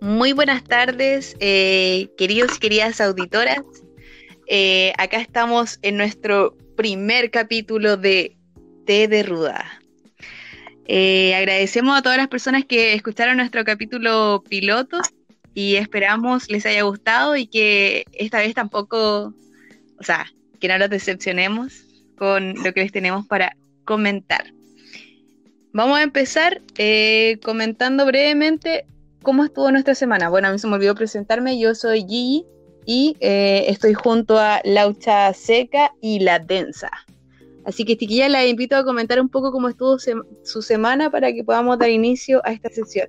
Muy buenas tardes, queridos y queridas auditoras. Acá estamos en nuestro primer capítulo de Té de Ruda. Agradecemos a todas las personas que escucharon nuestro capítulo piloto y esperamos les haya gustado y que esta vez tampoco, que no los decepcionemos con lo que les tenemos para comentar. Vamos a empezar comentando brevemente cómo estuvo nuestra semana. Bueno, a mí se me olvidó presentarme, yo soy Gigi y estoy junto a Laucha Seca y La Densa. Así que, chiquillas, las invito a comentar un poco cómo estuvo su semana para que podamos dar inicio a esta sesión.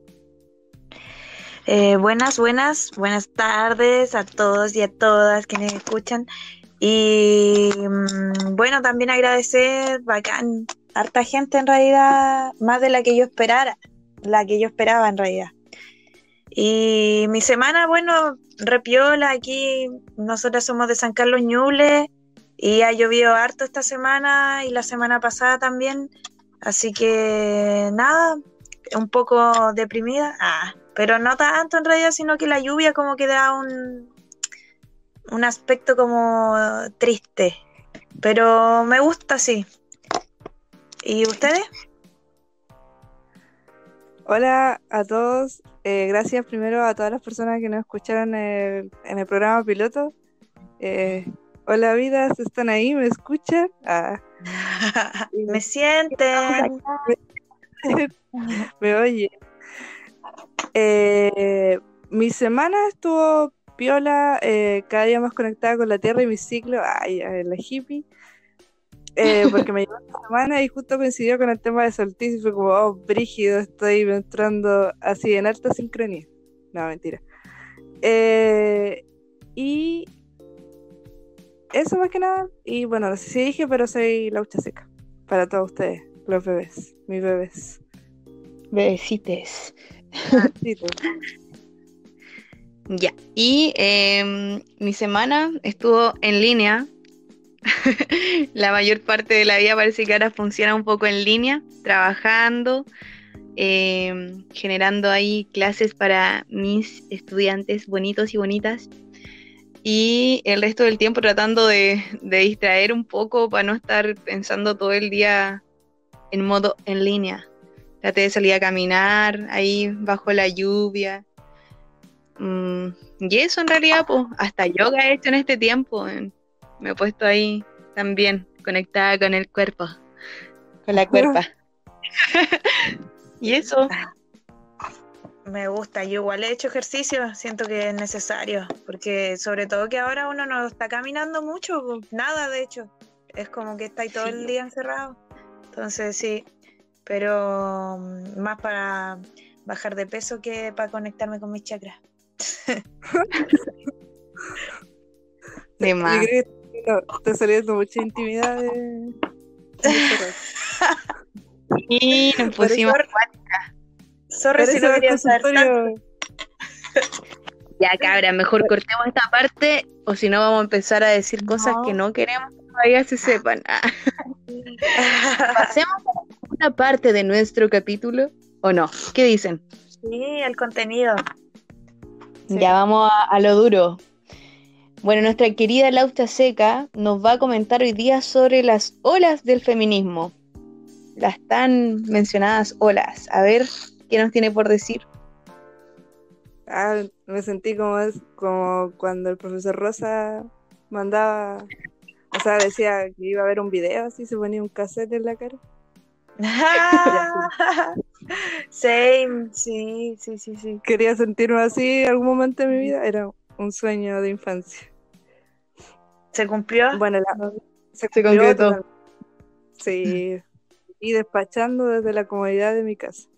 Buenas tardes a todos y a todas quienes escuchan. Y bueno, también agradecer, bacán, harta gente en realidad, más de la que yo esperaba en realidad. Y mi semana, bueno, repiola, aquí nosotros somos de San Carlos Ñuble y ha llovido harto esta semana y la semana pasada también, así que nada, un poco deprimida, pero no tanto en realidad, sino que la lluvia como que da un aspecto como triste, pero me gusta, sí. ¿Y ustedes? Hola a todos, gracias primero a todas las personas que nos escucharon en el programa piloto. Hola vidas, ¿están ahí? ¿Me escuchan? Me sienten. Me oye. Mi semana estuvo piola, cada día más conectada con la tierra y mi ciclo, la hippie. Porque me llevó esta semana y justo coincidió con el tema de solsticio y fue como, brígido, estoy entrando así en alta sincronía. No, mentira. Y eso más que nada. Y bueno, no sé si dije, pero soy Laucha Seca. Para todos ustedes, los bebés, mis bebés. Bebecites. Bebecitos. Ya, y mi semana estuvo en línea. La mayor parte de la vida parece que ahora funciona un poco en línea, trabajando, generando ahí clases para mis estudiantes bonitos y bonitas, y el resto del tiempo tratando de distraer un poco para no estar pensando todo el día en modo en línea. Traté de salir a caminar ahí bajo la lluvia. Y eso en realidad, pues, hasta yoga he hecho en este tiempo. Me he puesto ahí también conectada con el cuerpo, con la cuerpa. Y eso. Me gusta, yo igual he hecho ejercicio, siento que es necesario, porque sobre todo que ahora uno no está caminando mucho, nada de hecho, es como que está ahí todo el día encerrado, entonces sí, pero más para bajar de peso que para conectarme con mis chakras. De más. Yo creo que te saliendo mucha intimidad de y nos pusimos sorry si no quería saber tanto. Ya, cabra, mejor cortemos esta parte o si no vamos a empezar a decir cosas que no queremos que todavía se sepan. Pasemos a una parte de nuestro capítulo, ¿o no? ¿Qué dicen? Sí, el contenido. Sí. Ya vamos a lo duro. Bueno, nuestra querida Laucha Seca nos va a comentar hoy día sobre las olas del feminismo. Las tan mencionadas olas. A ver, ¿qué nos tiene por decir? Me sentí como cuando el profesor Rosa mandaba, o sea, decía que iba a haber un video, así se ponía un cassette en la cara. Same, sí. Quería sentirme así en algún momento de mi vida, era un sueño de infancia. ¿Se cumplió? Bueno, se concretó. Sí, y despachando desde la comodidad de mi casa.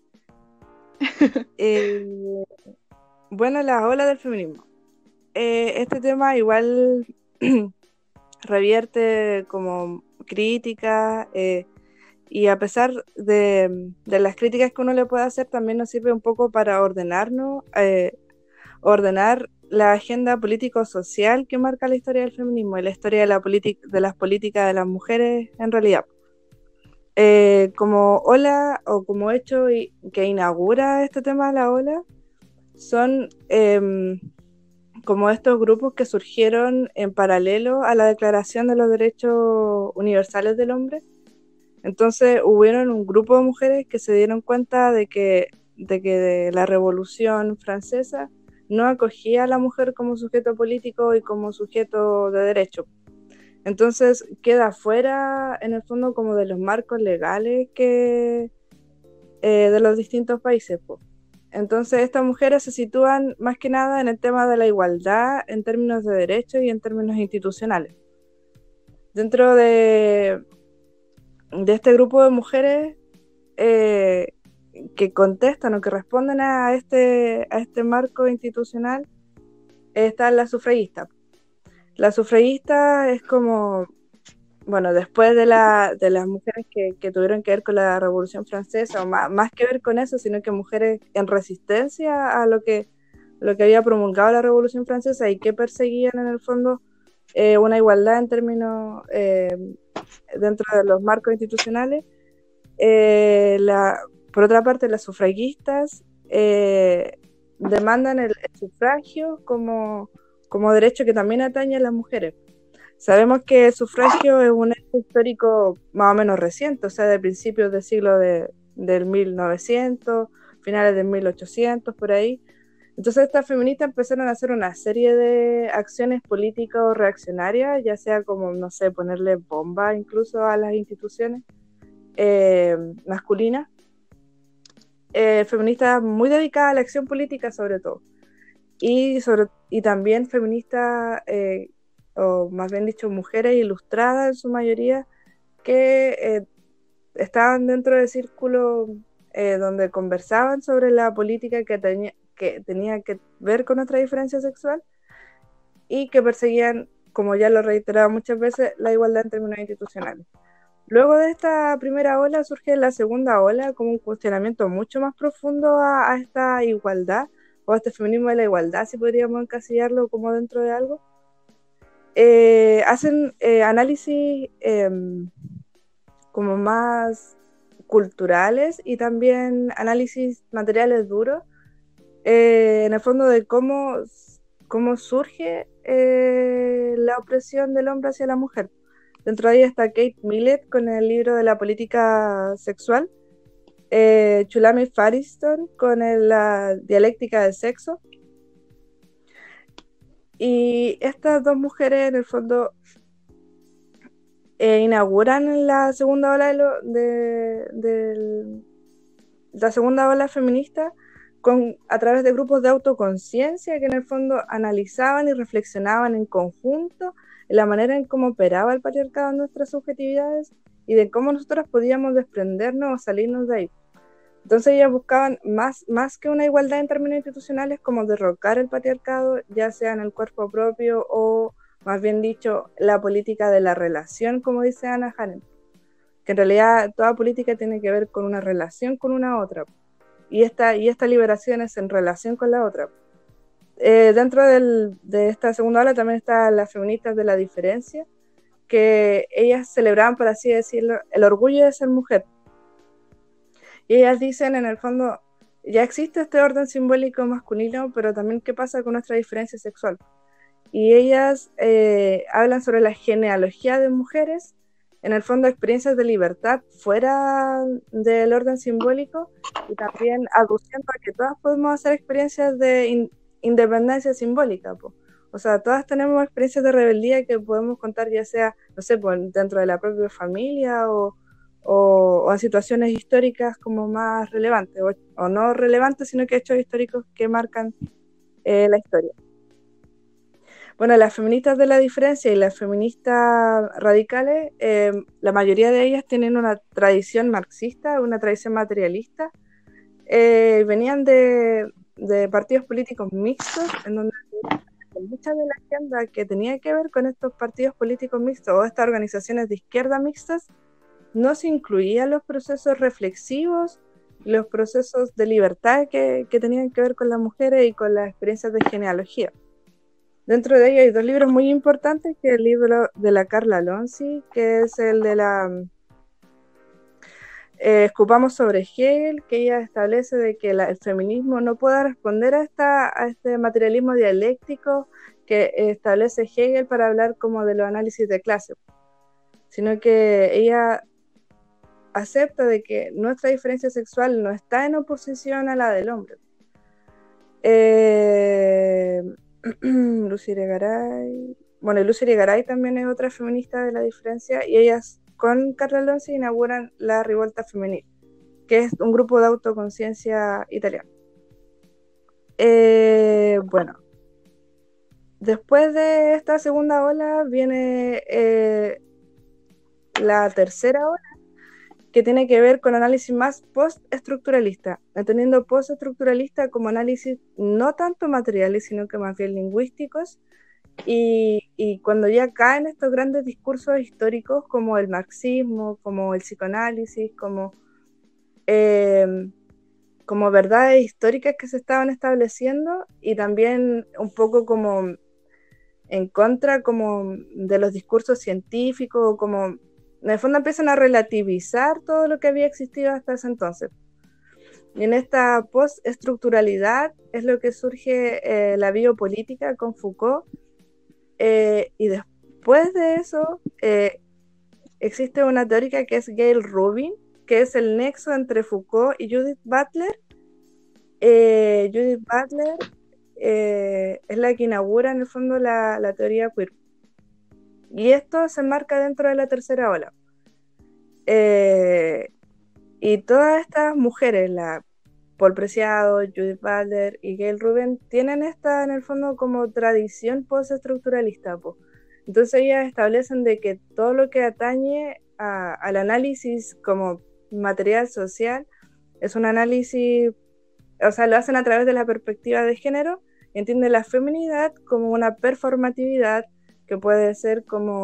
Bueno, las olas del feminismo. Este tema igual revierte como crítica, y a pesar de las críticas que uno le puede hacer, también nos sirve un poco para ordenarnos, ordenar la agenda político-social que marca la historia del feminismo y la historia de las políticas de las mujeres en realidad. Como ola o como hecho que inaugura este tema de la ola, son como estos grupos que surgieron en paralelo a la Declaración de los Derechos Universales del Hombre. Entonces hubieron un grupo de mujeres que se dieron cuenta de que la Revolución Francesa no acogía a la mujer como sujeto político y como sujeto de derecho. Entonces queda fuera, en el fondo, como de los marcos legales de los distintos países, po. Entonces estas mujeres se sitúan más que nada en el tema de la igualdad en términos de derechos y en términos institucionales. Dentro de este grupo de mujeres que contestan o que responden a este marco institucional están las sufragistas. La sufragista es como, bueno, después de las mujeres que tuvieron que ver con la Revolución Francesa, o más que ver con eso, sino que mujeres en resistencia a lo que había promulgado la Revolución Francesa y que perseguían en el fondo una igualdad en términos dentro de los marcos institucionales. Por otra parte, las sufragistas demandan el sufragio como derecho que también atañe a las mujeres. Sabemos que el sufragio es un hecho histórico más o menos reciente, o sea, de principios del siglo del 1900, finales del 1800, por ahí. Entonces estas feministas empezaron a hacer una serie de acciones políticas o reaccionarias, ya sea como, no sé, ponerle bomba incluso a las instituciones masculinas, feministas muy dedicadas a la acción política sobre todo, y también feministas, o más bien dicho, mujeres ilustradas en su mayoría, que estaban dentro de círculos donde conversaban sobre la política que tenía que ver con nuestra diferencia sexual y que perseguían, como ya lo reiteraba muchas veces, la igualdad en términos institucionales. Luego de esta primera ola surge la segunda ola como un cuestionamiento mucho más profundo a esta igualdad, o a este feminismo de la igualdad, si podríamos encasillarlo como dentro de algo. Hacen análisis como más culturales y también análisis materiales duros, en el fondo de cómo surge la opresión del hombre hacia la mujer. Dentro de ella está Kate Millett con el libro de la política sexual, Shulamit Firestone con la dialéctica del sexo. Y estas dos mujeres en el fondo inauguran la segunda ola la segunda ola feminista a través de grupos de autoconciencia que en el fondo analizaban y reflexionaban en conjunto en la manera en cómo operaba el patriarcado en nuestras subjetividades y de cómo nosotros podíamos desprendernos o salirnos de ahí. Entonces ellas buscaban más que una igualdad en términos institucionales, como derrocar el patriarcado, ya sea en el cuerpo propio o, más bien dicho, la política de la relación, como dice Hannah Arendt, que en realidad toda política tiene que ver con una relación con una otra, y esta liberación es en relación con la otra. Dentro de esta segunda ola también están las feministas de la diferencia, que ellas celebraban, por así decirlo, el orgullo de ser mujer. Y ellas dicen, en el fondo, ya existe este orden simbólico masculino, pero también qué pasa con nuestra diferencia sexual. Y ellas hablan sobre la genealogía de mujeres, en el fondo experiencias de libertad fuera del orden simbólico, y también aduciendo a que todas podemos hacer experiencias de independencia simbólica, po. O sea, todas tenemos experiencias de rebeldía que podemos contar, ya sea, no sé, pues, dentro de la propia familia o en situaciones históricas como más relevantes, o no relevantes, sino que hechos históricos que marcan la historia. Bueno, las feministas de la diferencia y las feministas radicales, la mayoría de ellas tienen una tradición marxista, una tradición materialista, venían de partidos políticos mixtos, en donde mucha de la agenda que tenía que ver con estos partidos políticos mixtos o estas organizaciones de izquierda mixtas no se incluían los procesos reflexivos, los procesos de libertad que tenían que ver con las mujeres y con las experiencias de genealogía. Dentro de ellos hay dos libros muy importantes, que es el libro de la Carla Lonzi, que es el de escupamos sobre Hegel, que ella establece de que el feminismo no puede responder a este materialismo dialéctico que establece Hegel para hablar como de los análisis de clase, sino que ella acepta de que nuestra diferencia sexual no está en oposición a la del hombre. Lucy Irigaray. Bueno, Lucy Irigaray también es otra feminista de la diferencia, y ellas con Carla Lonzi inauguran la Rivolta Femenil, que es un grupo de autoconciencia italiano. Bueno, después de esta segunda ola viene la tercera ola, que tiene que ver con análisis más postestructuralista, entendiendo postestructuralista como análisis no tanto materiales, sino que más bien lingüísticos, y cuando ya caen estos grandes discursos históricos como el marxismo, como el psicoanálisis, como verdades históricas que se estaban estableciendo, y también un poco como en contra como de los discursos científicos, como en el fondo empiezan a relativizar todo lo que había existido hasta ese entonces. Y en esta postestructuralidad es lo que surge la biopolítica con Foucault, y después de eso existe una teórica que es Gail Rubin, que es el nexo entre Foucault y Judith Butler. Judith Butler es la que inaugura en el fondo la teoría queer. Y esto se enmarca dentro de la tercera ola. Y todas estas mujeres, la Paul Preciado, Judith Butler y Gail Rubin, tienen esta en el fondo como tradición postestructuralista. Entonces ellas establecen de que todo lo que atañe al análisis como material social es un análisis, o sea, lo hacen a través de la perspectiva de género, y entienden la feminidad como una performatividad que puede ser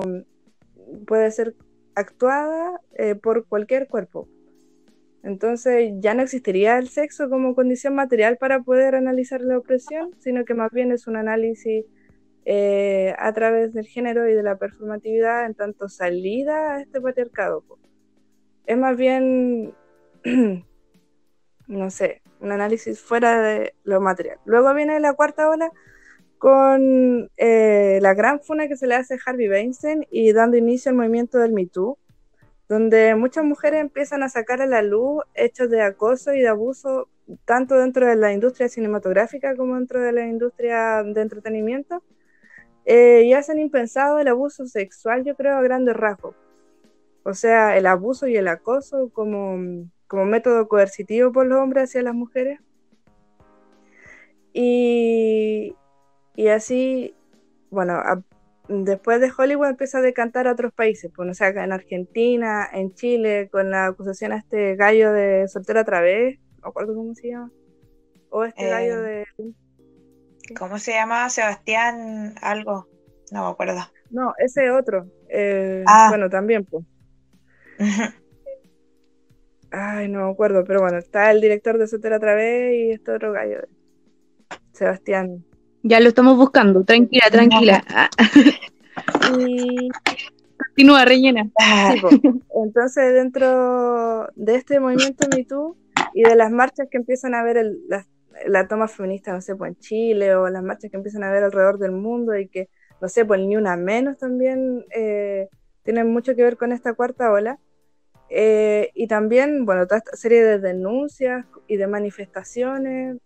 actuada por cualquier cuerpo. Entonces ya no existiría el sexo como condición material para poder analizar la opresión, sino que más bien es un análisis a través del género y de la performatividad en tanto salida a este patriarcado. Es más bien, no sé, un análisis fuera de lo material. Luego viene la cuarta ola con la gran funa que se le hace a Harvey Weinstein y dando inicio al movimiento del Me Too, donde muchas mujeres empiezan a sacar a la luz hechos de acoso y de abuso, tanto dentro de la industria cinematográfica como dentro de la industria de entretenimiento, y hacen impensado el abuso sexual, yo creo, a grandes rasgos. O sea, el abuso y el acoso como método coercitivo por los hombres hacia las mujeres. Y así, bueno, después de Hollywood empieza a decantar a otros países, pues, o sea, en Argentina, en Chile, con la acusación a este gallo de soltera otra vez, no me acuerdo cómo se llama, o este gallo de... ¿Cómo se llama? Sebastián algo, no me acuerdo. No, ese otro, bueno, también, pues. Ay, no me acuerdo, pero bueno, está el director de soltera otra vez y este otro gallo, Sebastián. Ya lo estamos buscando, tranquila. Y continúa, rellena. Sí, pues. Entonces, dentro de este movimiento Me Too y de las marchas que empiezan a ver la toma feminista, no sé, pues en Chile, o las marchas que empiezan a ver alrededor del mundo, y que, no sé, pues el Ni Una Menos también tienen mucho que ver con esta cuarta ola. Y también, bueno, toda esta serie de denuncias y de manifestaciones.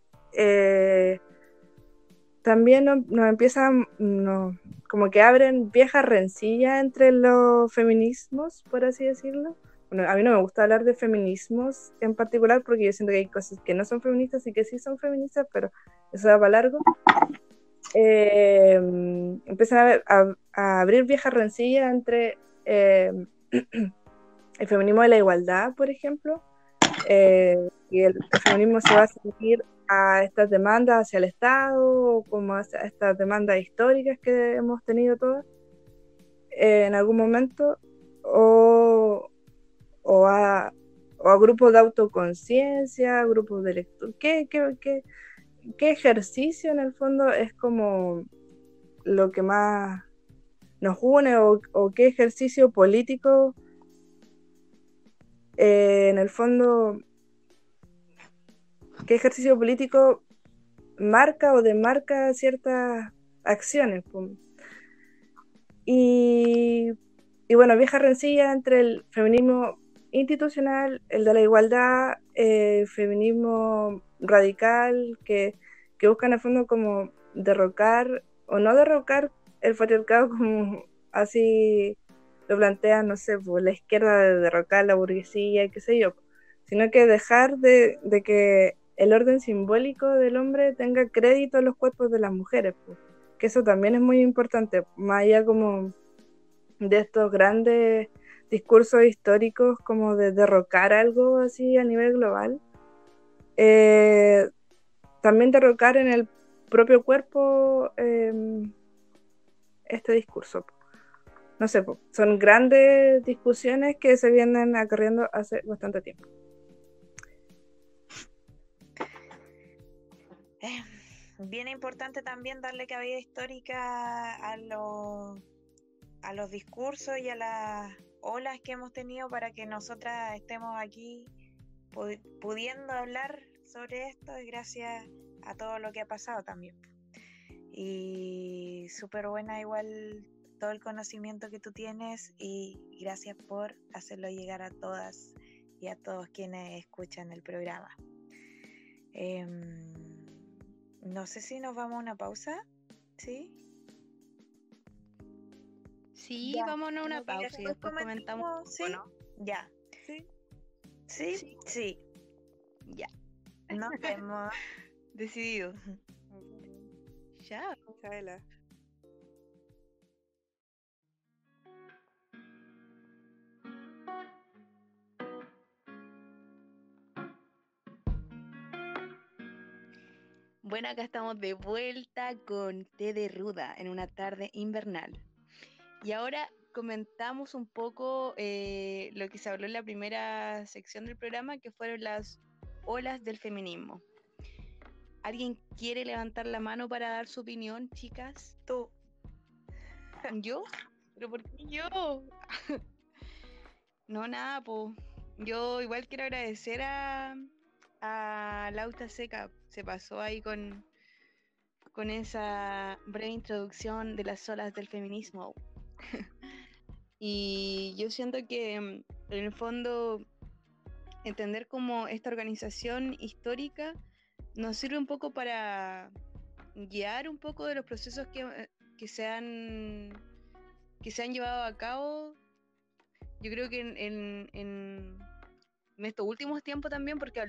También nos empiezan, como que abren viejas rencillas entre los feminismos, por así decirlo. Bueno, a mí no me gusta hablar de feminismos en particular, porque yo siento que hay cosas que no son feministas y que sí son feministas, pero eso da para largo. Empiezan a abrir viejas rencillas entre el feminismo de la igualdad, por ejemplo, y el feminismo se va a seguir a estas demandas hacia el Estado, como a estas demandas históricas que hemos tenido todas en algún momento, o a grupos de autoconciencia, grupos de lectura. ¿Qué ejercicio en el fondo es como lo que más nos une, o qué ejercicio político en el fondo, qué ejercicio político marca o demarca ciertas acciones. Y, y bueno, vieja rencilla entre el feminismo institucional, el de la igualdad, feminismo radical, que busca en el fondo como derrocar o no derrocar el patriarcado como así lo plantea, no sé, pues, la izquierda de derrocar la burguesía, qué sé yo, sino que dejar de que el orden simbólico del hombre tenga crédito en los cuerpos de las mujeres, pues, que eso también es muy importante, más allá como de estos grandes discursos históricos como de derrocar algo así a nivel global, eh, también derrocar en el propio cuerpo este discurso. No sé, son grandes discusiones que se vienen acarreando hace bastante tiempo. Bien importante también darle cabida histórica a los discursos y a las olas que hemos tenido para que nosotras estemos aquí pudiendo hablar sobre esto, y gracias a todo lo que ha pasado también. Y súper buena igual todo el conocimiento que tú tienes, y gracias por hacerlo llegar a todas y a todos quienes escuchan el programa. No sé si nos vamos a una pausa, ¿sí? Sí, Ya. vámonos a una Y pausa y después comentamos, ¿sí? ¿no? Ya. Sí, ¿Sí? Sí. Sí. Ya, Nos vemos. decidido. Chao. Chaela. Bueno, acá estamos de vuelta con té de ruda en una tarde invernal. Y ahora comentamos un poco lo que se habló en la primera sección del programa, que fueron las olas del feminismo. ¿Alguien quiere levantar la mano para dar su opinión, chicas? Tú. ¿Yo? ¿Pero por qué yo? No, nada, pues. Yo igual quiero agradecer a Lauta Seca. Se pasó ahí con esa breve introducción de las olas del feminismo. Y yo siento que en el fondo entender cómo esta organización histórica nos sirve un poco para guiar un poco de los procesos que se han llevado a cabo. Yo creo que en estos últimos tiempos también, porque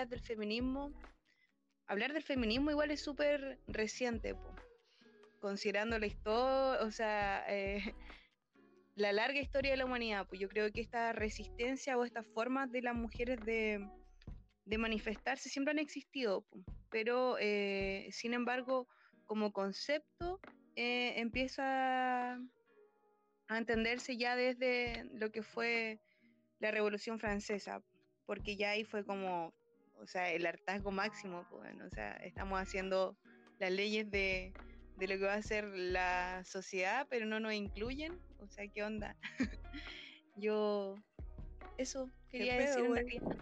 hablar del feminismo igual es súper reciente, po, considerando la historia, o sea, la larga historia de la humanidad. Pues yo creo que esta resistencia o estas formas de las mujeres de manifestarse siempre han existido, po, pero sin embargo, como concepto, empieza a entenderse ya desde lo que fue la Revolución Francesa, porque ya ahí fue como, o sea, el hartazgo máximo, pues, bueno, o sea, estamos haciendo las leyes de lo que va a ser la sociedad, pero no nos incluyen, o sea, ¿qué onda? Yo, eso ¿Qué quería pedo, decir en güey? realidad.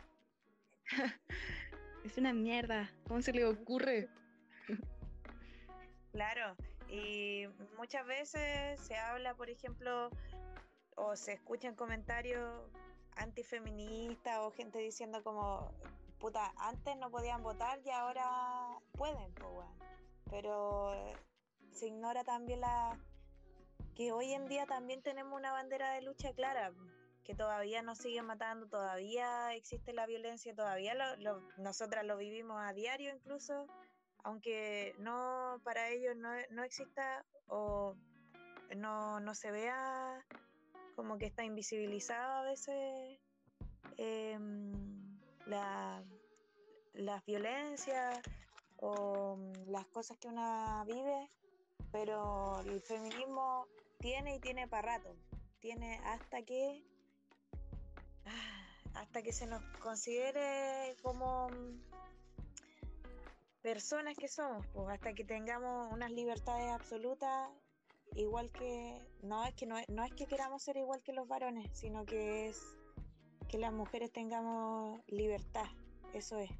Es una mierda, ¿cómo se le ocurre? Claro. Y muchas veces se habla, por ejemplo, o se escuchan comentarios antifeministas o gente diciendo como, puta, antes no podían votar y ahora pueden, pues, weón. Pero se ignora también que hoy en día también tenemos una bandera de lucha clara, que todavía nos siguen matando, todavía existe la violencia, todavía nosotras lo vivimos a diario incluso, aunque no para ellos no exista o no se vea, como que está invisibilizado a veces eh, la, las violencias o las cosas que una vive, pero el feminismo tiene para rato, tiene hasta que se nos considere como personas que somos, pues, hasta que tengamos unas libertades absolutas, igual que no es que queramos ser igual que los varones, sino que es que las mujeres tengamos libertad, eso es.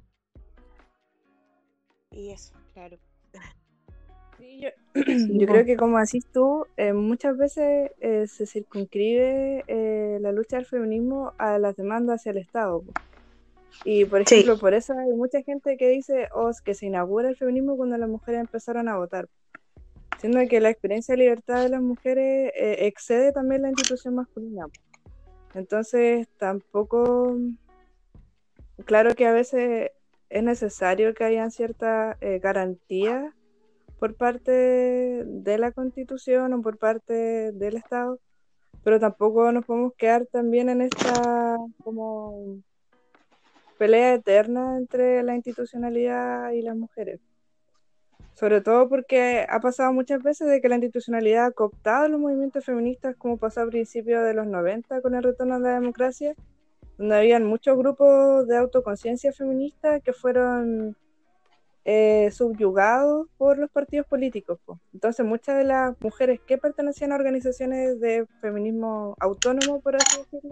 Y eso. Claro. Sí, yo, Sí, yo po. creo que como decís tú, muchas veces se circunscribe la lucha del feminismo a las demandas hacia el Estado, po. Y por Sí. ejemplo, por eso hay mucha gente que dice que se inaugura el feminismo cuando las mujeres empezaron a votar, siendo que la experiencia de libertad de las mujeres excede también la institución masculina. Entonces, tampoco, claro que a veces es necesario que hayan ciertas garantías por parte de la Constitución o por parte del Estado, pero tampoco nos podemos quedar también en esta como pelea eterna entre la institucionalidad y las mujeres. Sobre todo porque ha pasado muchas veces de que la institucionalidad ha cooptado los movimientos feministas, como pasó a principios de los 90 con el retorno a la democracia, donde habían muchos grupos de autoconciencia feminista que fueron subyugados por los partidos políticos, po. Entonces muchas de las mujeres que pertenecían a organizaciones de feminismo autónomo, por así decirlo,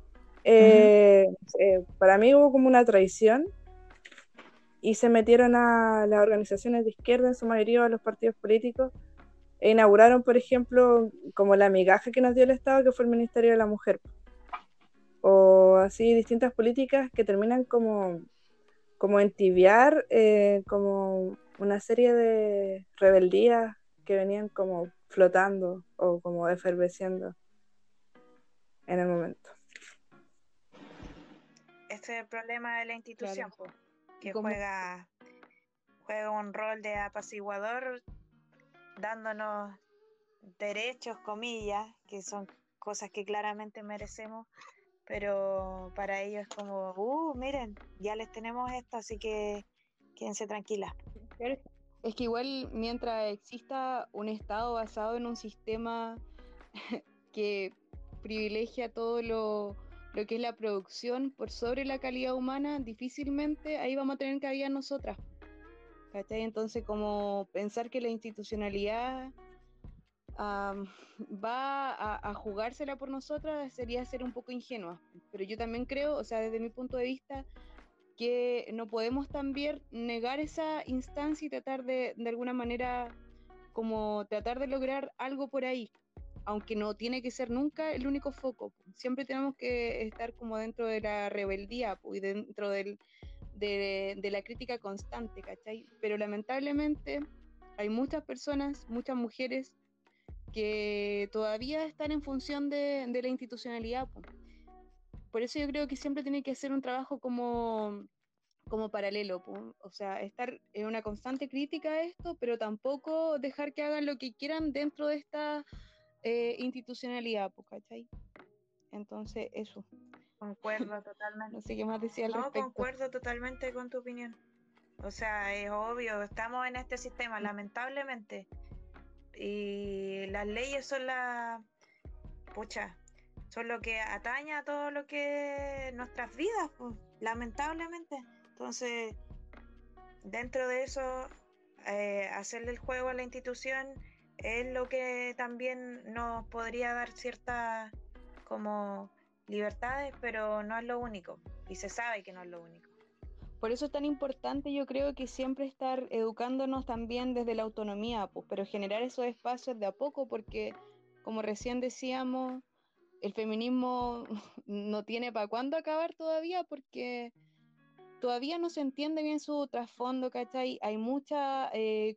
para mí hubo como una traición y se metieron a las organizaciones de izquierda, en su mayoría a los partidos políticos, e inauguraron, por ejemplo, como la migaja que nos dio el Estado, que fue el Ministerio de la Mujer, o así distintas políticas que terminan como entibiar como una serie de rebeldías que venían como flotando o como efervesciendo en el momento. Este es el problema de la institución, Claro. que Como- juega un rol de apaciguador, dándonos derechos, comillas, que son cosas que claramente merecemos, pero para ellos es como, miren, ya les tenemos esto, así que quédense tranquilas. Claro, es que igual mientras exista un Estado basado en un sistema que privilegia todo lo que es la producción por sobre la calidad humana, difícilmente ahí vamos a tener cabida nosotras. ¿Cachai? Entonces, como pensar que la institucionalidad va a jugársela por nosotras sería ser un poco ingenua. Pero yo también creo, o sea, desde mi punto de vista, que no podemos también negar esa instancia y tratar de alguna manera como tratar de lograr algo por ahí, aunque no tiene que ser nunca el único foco. Siempre tenemos que estar como dentro de la rebeldía y dentro de la crítica constante, ¿cachai? Pero lamentablemente hay muchas personas, muchas mujeres que todavía están en función de la institucionalidad. Por eso yo creo que siempre tiene que ser un trabajo como paralelo, o sea, estar en una constante crítica a esto, pero tampoco dejar que hagan lo que quieran dentro de esta institucionalidad, ¿cachai? Entonces, eso, Concuerdo totalmente. no sé qué más decía al No, respecto. concuerdo totalmente con tu opinión. O sea, es obvio, estamos en este sistema, lamentablemente. Y las leyes son son lo que atañe a todo lo que nuestras vidas, pues, lamentablemente. Entonces, dentro de eso, hacerle el juego a la institución es lo que también nos podría dar ciertas como libertades, pero no es lo único. Y se sabe que no es lo único. Por eso es tan importante, yo creo que siempre estar educándonos también desde la autonomía, pero generar esos espacios de a poco, porque como recién decíamos, el feminismo no tiene para cuándo acabar todavía, porque todavía no se entiende bien su trasfondo, ¿cachai? Hay mucha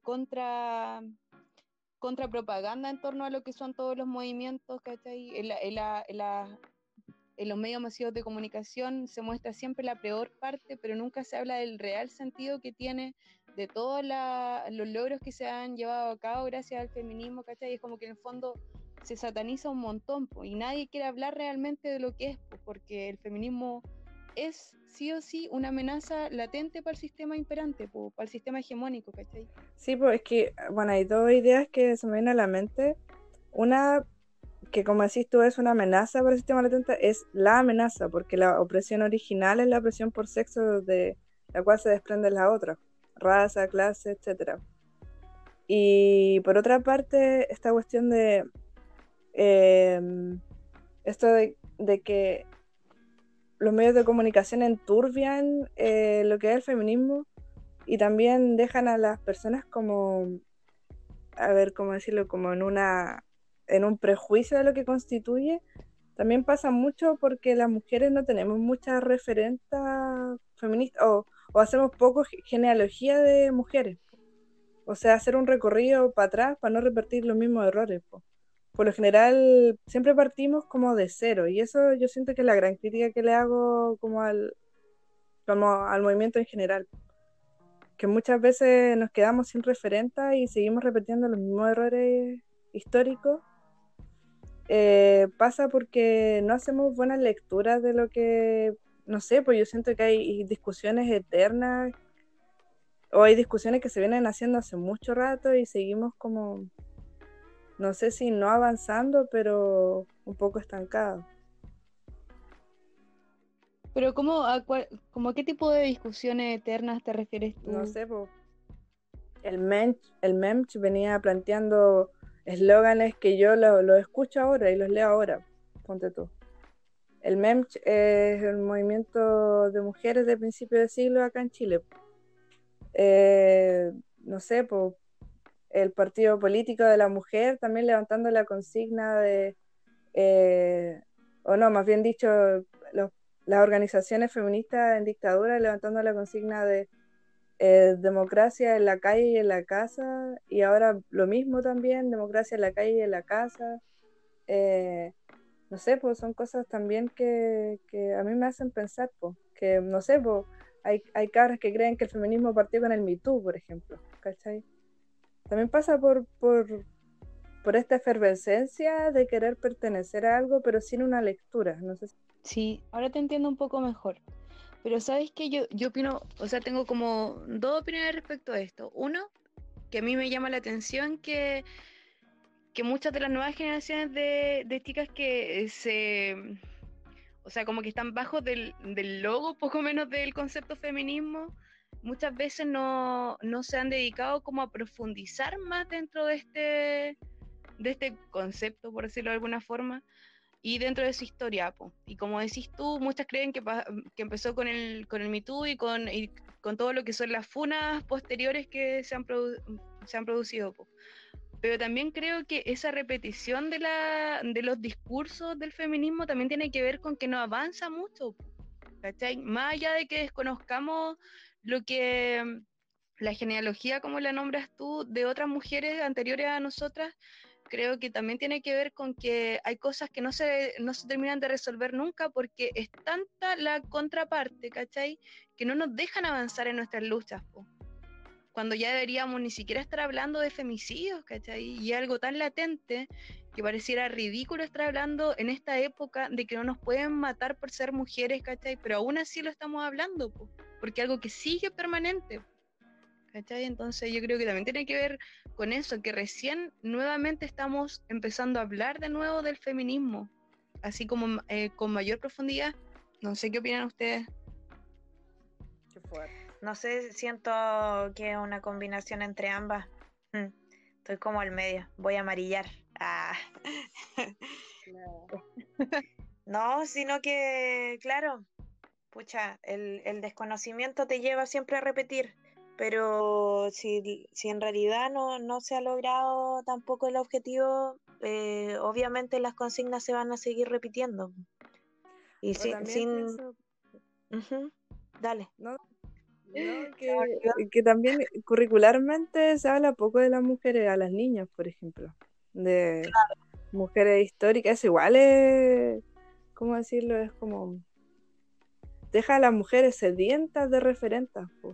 contrapropaganda en torno a lo que son todos los movimientos, ¿cachai? En los medios masivos de comunicación se muestra siempre la peor parte, pero nunca se habla del real sentido que tiene de todos los logros que se han llevado a cabo gracias al feminismo, ¿cachai? Es como que en el fondo se sataniza un montón, y nadie quiere hablar realmente de lo que es, porque el feminismo es sí o sí una amenaza latente para el sistema imperante, para el sistema hegemónico, ¿cachai? Sí, pues es que, bueno, hay dos ideas que se me vienen a la mente. Una, que como decís tú, es una amenaza para el sistema latente, es la amenaza, porque la opresión original es la opresión por sexo de la cual se desprende la otra, raza, clase, etcétera. Y por otra parte, esta cuestión de esto de que los medios de comunicación enturbian lo que es el feminismo y también dejan a las personas como, a ver, ¿cómo decirlo? Como en un prejuicio de lo que constituye. También pasa mucho porque las mujeres no tenemos muchas referentes feministas o hacemos poco genealogía de mujeres. O sea, hacer un recorrido para atrás para no repetir los mismos errores. Po. Por lo general, siempre partimos como de cero y eso yo siento que es la gran crítica que le hago como al movimiento en general. Que muchas veces nos quedamos sin referentes y seguimos repitiendo los mismos errores históricos. Pasa porque no hacemos buenas lecturas de lo que, no sé, pues yo siento que hay discusiones eternas o hay discusiones que se vienen haciendo hace mucho rato y seguimos como, no sé si no avanzando, pero un poco estancados. Pero ¿cómo a qué tipo de discusiones eternas te refieres No tú? sé, pues el Mensch venía planteando eslóganes que yo lo escucho ahora y los leo ahora, ponte tú. El MEMCH es el movimiento de mujeres de principio de siglo acá en Chile. No sé, pues, el partido político de la mujer también levantando la consigna de, eh, o no, más bien dicho, los- las organizaciones feministas en dictadura levantando la consigna de democracia en la calle y en la casa, y ahora lo mismo también, democracia en la calle y en la casa. Eh, no sé, pues son cosas también que a mí me hacen pensar, pues, que no sé, pues hay cabras que creen que el feminismo partió con el Me Too, por ejemplo, ¿cachai? También pasa por esta efervescencia de querer pertenecer a algo, pero sin una lectura, no sé. Sí, ahora te entiendo un poco mejor. Pero ¿sabes qué? Yo opino, o sea, tengo como dos opiniones respecto a esto. Uno, que a mí me llama la atención que muchas de las nuevas generaciones de chicas o sea, como que están bajo del logo, poco menos del concepto feminismo, muchas veces no se han dedicado como a profundizar más dentro de este concepto, por decirlo de alguna forma, y dentro de su historia, po. Y como decís tú, muchas creen que empezó con el Me Too y con todo lo que son las funas posteriores que se han producido, po. Pero también creo que esa repetición de los discursos del feminismo también tiene que ver con que no avanza mucho, po, ¿cachai? Más allá de que desconozcamos lo que la genealogía, como la nombras tú, de otras mujeres anteriores a nosotras, creo que también tiene que ver con que hay cosas que no se terminan de resolver nunca porque es tanta la contraparte, ¿cachai? Que no nos dejan avanzar en nuestras luchas, po. Cuando ya deberíamos ni siquiera estar hablando de femicidios, ¿cachai? Y algo tan latente que pareciera ridículo estar hablando en esta época de que no nos pueden matar por ser mujeres, ¿cachai? Pero aún así lo estamos hablando, po, porque algo que sigue permanente, ¿cachai? Entonces yo creo que también tiene que ver con eso, que recién nuevamente estamos empezando a hablar de nuevo del feminismo, así como con mayor profundidad. No sé qué opinan ustedes. Qué fuerte. No sé, siento que es una combinación entre ambas. Mm, Estoy como al medio, voy a amarillar. Ah. No. No, sino que, claro, pucha, el desconocimiento te lleva siempre a repetir, pero si en realidad no se ha logrado tampoco el objetivo, obviamente las consignas se van a seguir repitiendo. Y O también pienso, ujú, dale. ¿no? No, que también curricularmente se habla poco de las mujeres, a las niñas, por ejemplo, de mujeres históricas, es igual, ¿cómo decirlo? Es como, deja a las mujeres sedientas de referentes, po,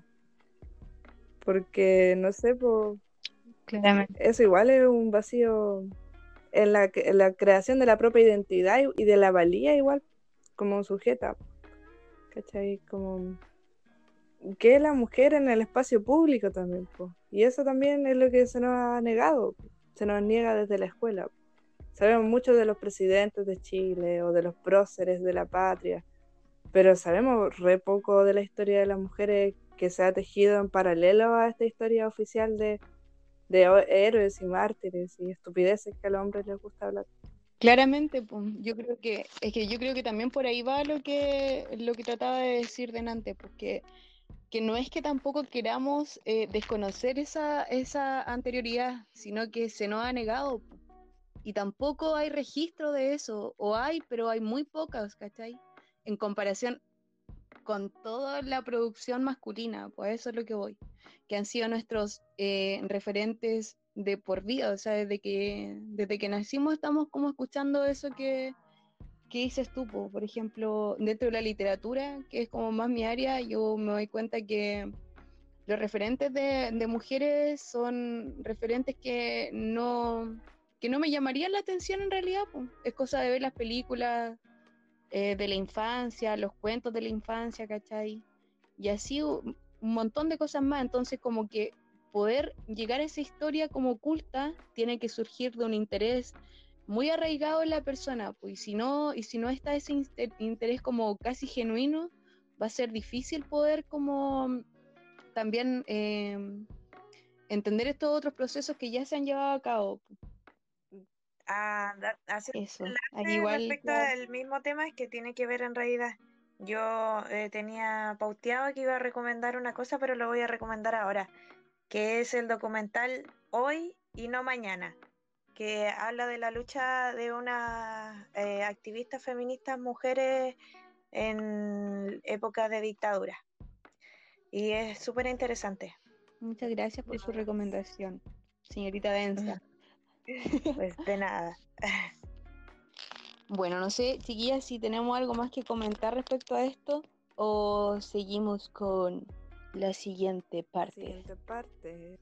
porque, no sé, po, Claramente. eso igual es un vacío en la creación de la propia identidad y de la valía igual, como sujeta, ¿cachai? Como que es la mujer en el espacio público también, po. Y eso también es lo que se nos ha negado, po. Se nos niega desde la escuela. Sabemos mucho de los presidentes de Chile o de los próceres de la patria, pero sabemos re poco de la historia de las mujeres que se ha tejido en paralelo a esta historia oficial de héroes y mártires y estupideces que a los hombres les gusta hablar. Claramente, pues, yo creo que también por ahí va lo que trataba de decir delante, porque que no es que tampoco queramos desconocer esa anterioridad, sino que se nos ha negado, po. Y tampoco hay registro de eso, o hay, pero hay muy pocas, ¿cachai? En comparación con toda la producción masculina, pues eso es lo que voy, que han sido nuestros referentes de por vida, o sea, desde que nacimos estamos como escuchando eso que dices tú, po. Por ejemplo, dentro de la literatura, que es como más mi área, yo me doy cuenta que los referentes de mujeres son referentes que no me llamarían la atención en realidad, po. Es cosa de ver las películas de la infancia, los cuentos de la infancia, ¿cachai? Y así un montón de cosas más. Entonces, como que poder llegar a esa historia como oculta tiene que surgir de un interés muy arraigado en la persona, pues, y si no está ese interés como casi genuino, va a ser difícil poder como también entender estos otros procesos que ya se han llevado a cabo. Hacer un Eso, ahí enlace igual, respecto al mismo tema es que tiene que ver en realidad. Yo tenía pauteado que iba a recomendar una cosa, pero lo voy a recomendar ahora, que es el documental Hoy y no Mañana, que habla de la lucha de unas activistas feministas mujeres en época de dictadura. Y es súper interesante. muchas gracias por su recomendación, señorita Densa. Pues de nada. Bueno, no sé, chiquillas, si tenemos algo más que comentar respecto a esto o seguimos con la siguiente La parte. siguiente parte.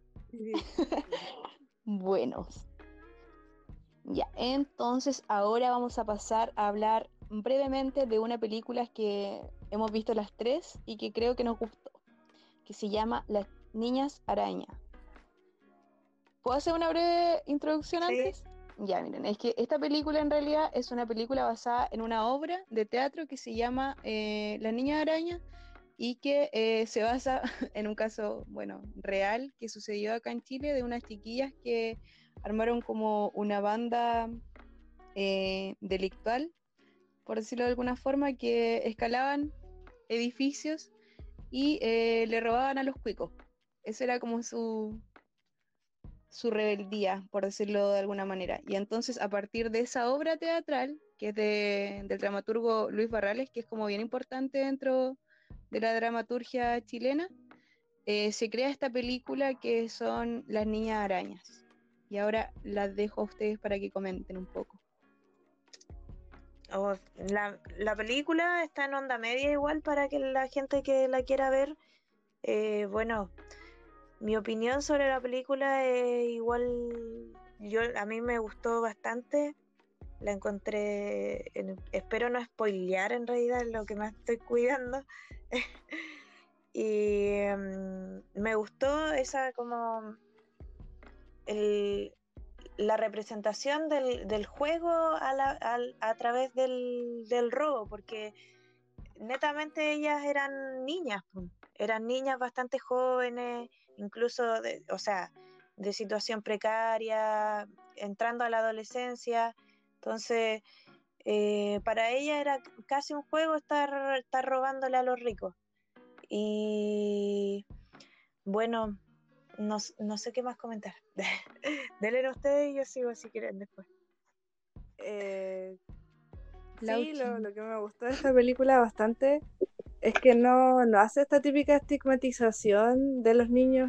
Bueno, ya, entonces ahora vamos a pasar a hablar brevemente de una película que hemos visto las tres y que creo que nos gustó, que se llama Las Niñas Araña. ¿Puedo hacer una breve introducción Sí, antes? Ya, miren, es que esta película en realidad es una película basada en una obra de teatro que se llama Las Niñas Araña y que se basa en un caso, bueno, real que sucedió acá en Chile de unas chiquillas que armaron como una banda delictual, por decirlo de alguna forma, que escalaban edificios y le robaban a los cuicos. Eso era como su rebeldía, por decirlo de alguna manera. Y entonces, a partir de esa obra teatral, que es del dramaturgo Luis Barrales, que es como bien importante dentro de la dramaturgia chilena, se crea esta película que son Las Niñas Arañas. Y ahora las dejo a ustedes para que comenten un poco. la película está en onda media igual para que la gente que la quiera ver. Bueno, mi opinión sobre la película es igual, a mí me gustó bastante, la encontré, espero no spoilear en realidad lo que más estoy cuidando. Y me gustó esa como el, la representación del juego a través del robo, porque netamente ellas eran niñas, pues. Eran niñas bastante jóvenes, incluso o sea, de situación precaria, entrando a la adolescencia. Entonces, para ella era casi un juego estar robándole a los ricos. Y bueno, no sé qué más comentar. Denle ustedes y yo sigo si quieren después. Eh, sí, Lauchi. lo que me gustó de esta película bastante es que no hace esta típica estigmatización de los niños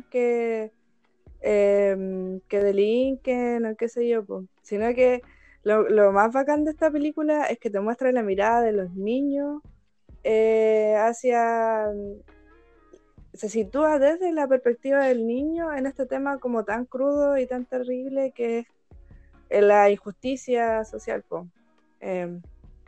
que delinquen o qué sé yo, po, sino que lo más bacán de esta película es que te muestra la mirada de los niños hacia, se sitúa desde la perspectiva del niño en este tema como tan crudo y tan terrible que es la injusticia social, po. Em,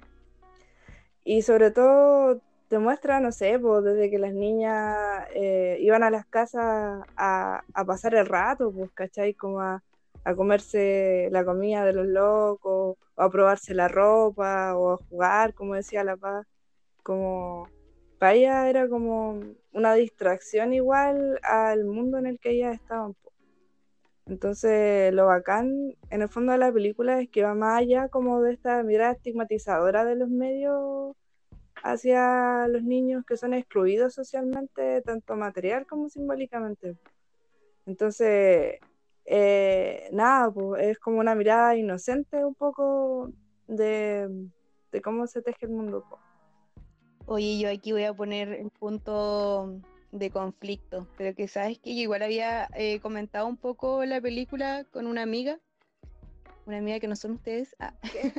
y sobre todo te muestra, no sé, pues desde que las niñas iban a las casas a pasar el rato, pues, ¿cachai? Como a comerse la comida de los locos, o a probarse la ropa, o a jugar, como decía la Paz. Como para ella era como una distracción igual al mundo en el que ellas estaban, po. Entonces, lo bacán en el fondo de la película es que va más allá como de esta mirada estigmatizadora de los medios hacia los niños que son excluidos socialmente, tanto material como simbólicamente. Entonces, nada, pues, es como una mirada inocente un poco de, de cómo se teje el mundo, po. Oye, yo aquí voy a poner el punto de conflicto, pero que sabes que yo igual había comentado un poco la película con una amiga que no son ustedes, ¿Qué?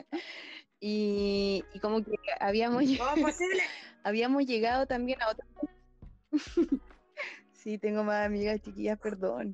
y como que habíamos, ¿Cómo posible? habíamos llegado también a otra. Sí, tengo más amigas chiquillas, perdón.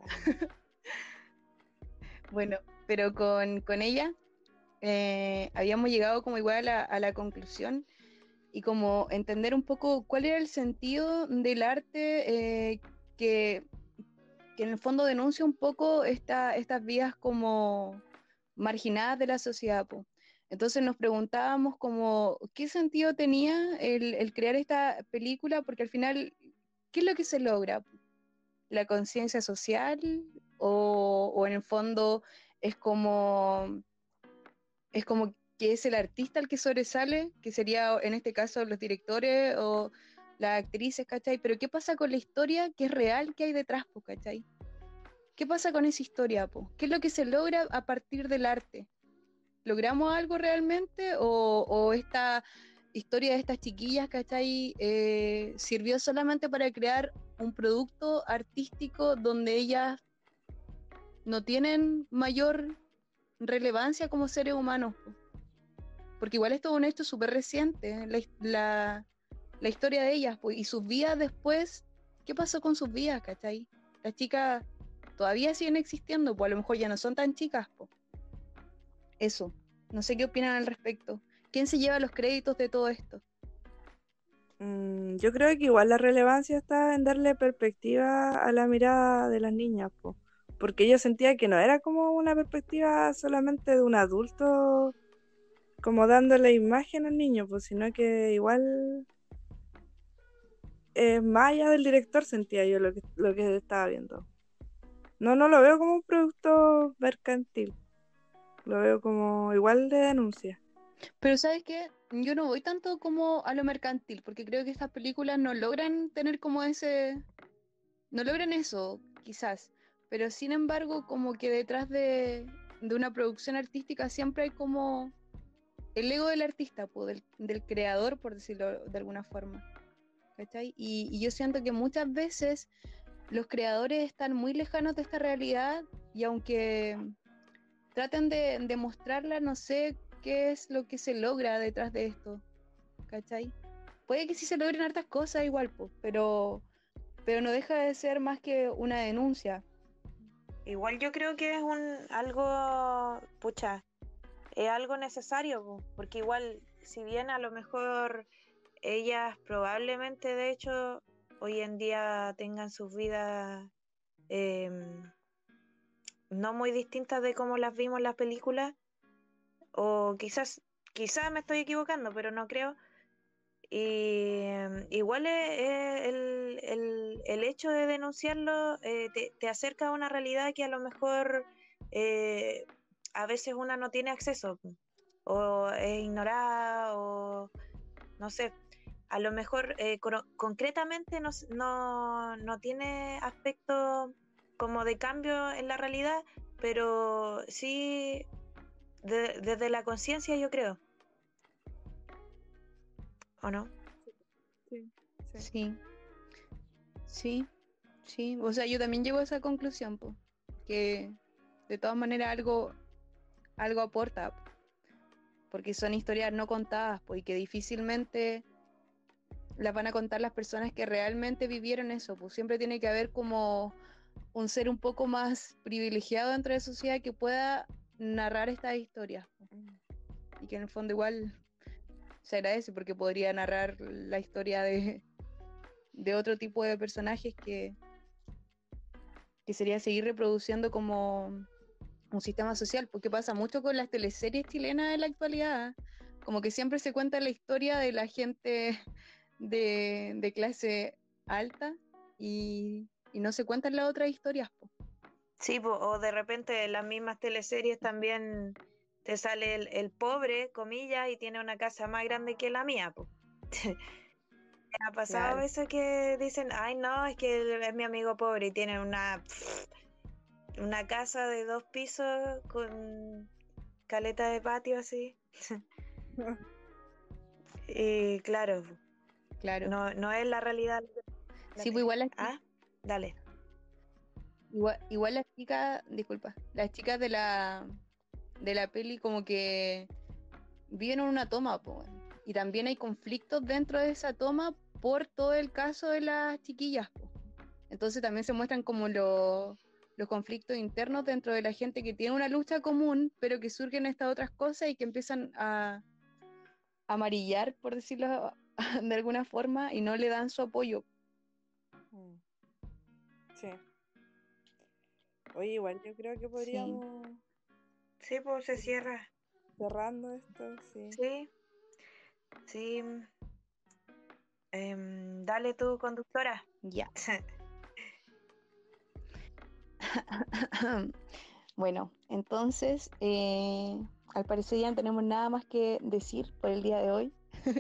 Bueno, pero con ella habíamos llegado como igual a la conclusión y como entender un poco cuál era el sentido del arte que, que en el fondo denuncia un poco estas vías como marginadas de la sociedad, po. Entonces nos preguntábamos como qué sentido tenía el crear esta película, porque al final, ¿qué es lo que se logra? ¿La conciencia social o en el fondo es como es como que es el artista el que sobresale, que sería en este caso los directores o las actrices, ¿cachai? Pero ¿qué pasa con la historia que es real que hay detrás, po, ¿cachai? ¿Qué pasa con esa historia, po? ¿Qué es lo que se logra a partir del arte? ¿Logramos algo realmente o esta historia de estas chiquillas, ¿cachai? Sirvió solamente para crear un producto artístico donde ellas no tienen mayor relevancia como seres humanos, po? Porque igual esto es un hecho súper reciente, la historia de ellas, pues, y sus vidas después, ¿qué pasó con sus vidas, cachai? Las chicas todavía siguen existiendo, pues a lo mejor ya no son tan chicas, pues. Eso, no sé qué opinan al respecto. ¿Quién se lleva los créditos de todo esto? Yo creo que igual la relevancia está en darle perspectiva a la mirada de las niñas, po. Porque yo sentía que no era como una perspectiva solamente de un adulto como dándole imagen al niño, pues, sino que igual más allá del director sentía yo lo que estaba viendo. No, no lo veo como un producto mercantil, lo veo como igual de denuncia. Pero ¿sabes qué? Yo no voy tanto como a lo mercantil, porque creo que estas películas no logran tener como no logran eso, quizás, pero sin embargo, como que detrás de una producción artística siempre hay como el ego del artista, po, del creador, por decirlo de alguna forma, ¿cachai? Y yo siento que muchas veces los creadores están muy lejanos de esta realidad y aunque traten de mostrarla, no sé qué es lo que se logra detrás de esto, ¿cachai? Puede que sí se logren hartas cosas igual, po, pero no deja de ser más que una denuncia. Igual yo creo que es algo, pucha, es algo necesario, po, porque igual, si bien a lo mejor ellas probablemente, de hecho, hoy en día tengan sus vidas em, no muy distintas de cómo las vimos en las películas, o quizás me estoy equivocando, pero no creo. Y igual el hecho de denunciarlo te acerca a una realidad que a lo mejor eh, a veces una no tiene acceso o es ignorada o no sé, a lo mejor concretamente no tiene aspecto como de cambio en la realidad, pero sí desde la conciencia yo creo, ¿o no? Sí, sí. Sí, sí, sí. O sea, yo también llego a esa conclusión, po, que de todas maneras algo aporta, porque son historias no contadas, pues, y que difícilmente las van a contar las personas que realmente vivieron eso, pues siempre tiene que haber como un ser un poco más privilegiado dentro de la sociedad que pueda narrar estas historias, pues, y que en el fondo igual se agradece porque podría narrar la historia de otro tipo de personajes que sería seguir reproduciendo como un sistema social, porque pasa mucho con las teleseries chilenas en la actualidad, como que siempre se cuenta la historia de la gente de clase alta y no se cuentan las otras historias, po. Sí, o de repente en las mismas teleseries también te sale el pobre, comillas, y tiene una casa más grande que la mía, pues. ¿Ha pasado Claro. eso que dicen, ay no, es que él es mi amigo pobre y tiene una casa de 2 pisos con caleta de patio así? Y claro, Claro. no es la realidad de la Sí, pues tele. igual Ah, dale. igual las chicas, disculpa, las chicas de la peli como que viven en una toma, po, weón. Y también hay conflictos dentro de esa toma por todo el caso de las chiquillas, po. Entonces también se muestran como los conflictos internos dentro de la gente que tiene una lucha común, pero que surgen estas otras cosas y que empiezan a amarillar, por decirlo de alguna forma, y no le dan su apoyo. Mm, sí. Oye, igual yo creo que Sí. podríamos Sí, pues se ir cierra. cerrando esto, sí. Sí, sí. Dale tú, conductora. Ya. Bueno, entonces, al parecer ya no tenemos nada más que decir por el día de hoy.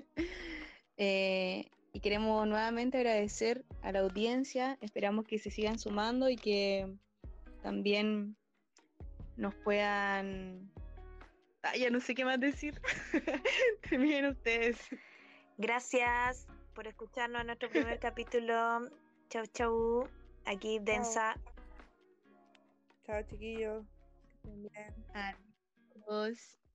Y queremos nuevamente agradecer a la audiencia. Esperamos que se sigan sumando y que también nos puedan... Ah, ya no sé qué más decir. Terminen ustedes. Gracias por escucharnos en nuestro primer capítulo. Chau, chau. Aquí Chao. Densa. Chao, chiquillos. Que estén bien. Adiós.